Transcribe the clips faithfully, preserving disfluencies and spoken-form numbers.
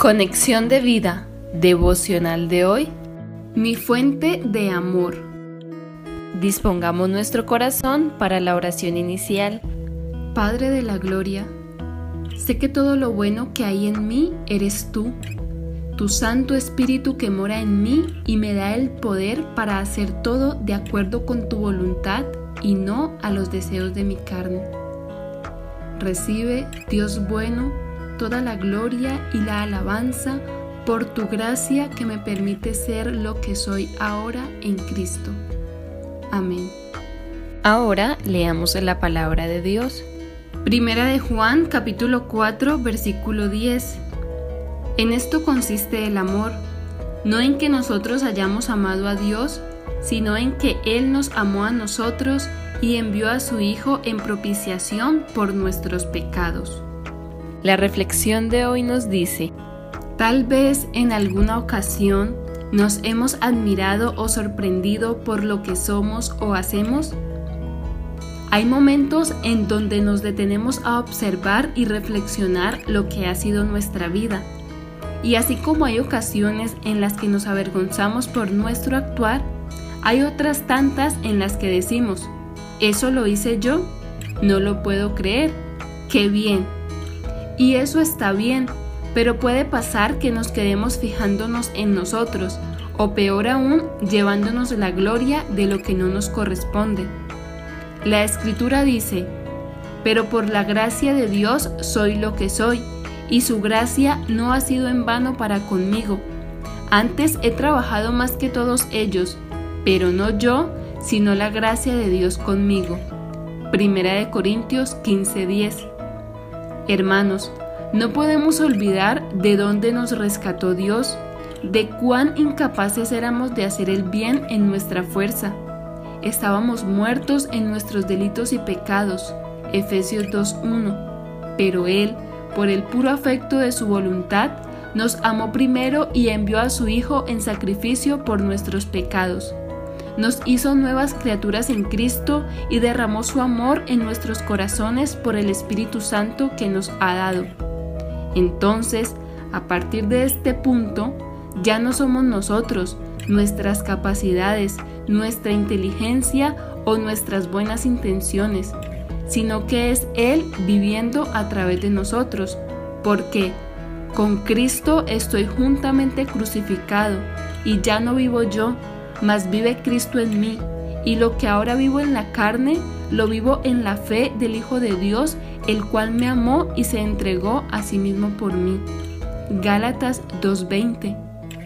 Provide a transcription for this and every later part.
Conexión de vida, devocional de hoy, mi fuente de amor. Dispongamos nuestro corazón para la oración inicial. Padre de la gloria, sé que todo lo bueno que hay en mí eres tú, tu Santo Espíritu que mora en mí y me da el poder para hacer todo de acuerdo con tu voluntad y no a los deseos de mi carne. Recibe, Dios bueno, toda la gloria y la alabanza por tu gracia que me permite ser lo que soy ahora en Cristo. Amén. Ahora leamos la palabra de Dios. Primera de Juan, capítulo cuatro, versículo diez. En esto consiste el amor, no en que nosotros hayamos amado a Dios, sino en que Él nos amó a nosotros y envió a su Hijo en propiciación por nuestros pecados. La reflexión de hoy nos dice: tal vez en alguna ocasión nos hemos admirado o sorprendido por lo que somos o hacemos. Hay momentos en donde nos detenemos a observar y reflexionar lo que ha sido nuestra vida. Y así como hay ocasiones en las que nos avergonzamos por nuestro actuar, hay otras tantas en las que decimos: ¿eso lo hice yo? No lo puedo creer. ¡Qué bien! Y eso está bien, pero puede pasar que nos quedemos fijándonos en nosotros, o peor aún, llevándonos la gloria de lo que no nos corresponde. La Escritura dice: pero por la gracia de Dios soy lo que soy, y su gracia no ha sido en vano para conmigo. Antes he trabajado más que todos ellos, pero no yo, sino la gracia de Dios conmigo. Primera de Corintios quince diez. Hermanos, no podemos olvidar de dónde nos rescató Dios, de cuán incapaces éramos de hacer el bien en nuestra fuerza. Estábamos muertos en nuestros delitos y pecados, Efesios dos uno, pero Él, por el puro afecto de su voluntad, nos amó primero y envió a su Hijo en sacrificio por nuestros pecados. Nos hizo nuevas criaturas en Cristo y derramó su amor en nuestros corazones por el Espíritu Santo que nos ha dado. Entonces, a partir de este punto, ya no somos nosotros, nuestras capacidades, nuestra inteligencia o nuestras buenas intenciones, sino que es Él viviendo a través de nosotros, porque con Cristo estoy juntamente crucificado, y ya no vivo yo, mas vive Cristo en mí, y lo que ahora vivo en la carne, lo vivo en la fe del Hijo de Dios, el cual me amó y se entregó a sí mismo por mí. Gálatas dos veinte.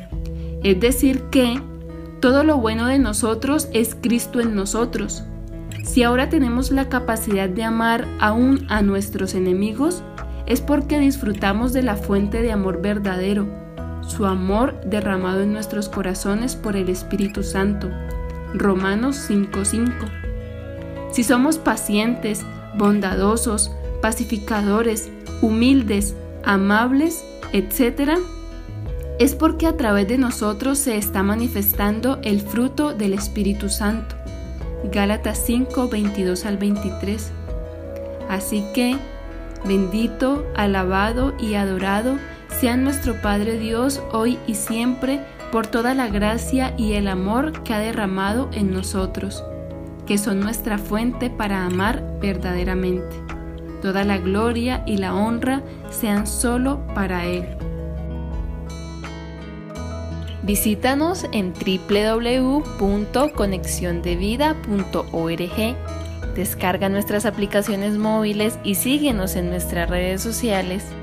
Es decir que todo lo bueno de nosotros es Cristo en nosotros. Si ahora tenemos la capacidad de amar aún a nuestros enemigos, es porque disfrutamos de la fuente de amor verdadero, su amor derramado en nuestros corazones por el Espíritu Santo. Romanos cinco cinco. Si somos pacientes, bondadosos, pacificadores, humildes, amables, etcétera, es porque a través de nosotros se está manifestando el fruto del Espíritu Santo. Gálatas cinco veintidós al veintitrés. Así que, bendito, alabado y adorado sea nuestro Padre Dios hoy y siempre por toda la gracia y el amor que ha derramado en nosotros, que son nuestra fuente para amar verdaderamente. Toda la gloria y la honra sean solo para Él. Visítanos en doble u doble u doble u punto conexión de vida punto org. Descarga nuestras aplicaciones móviles y síguenos en nuestras redes sociales.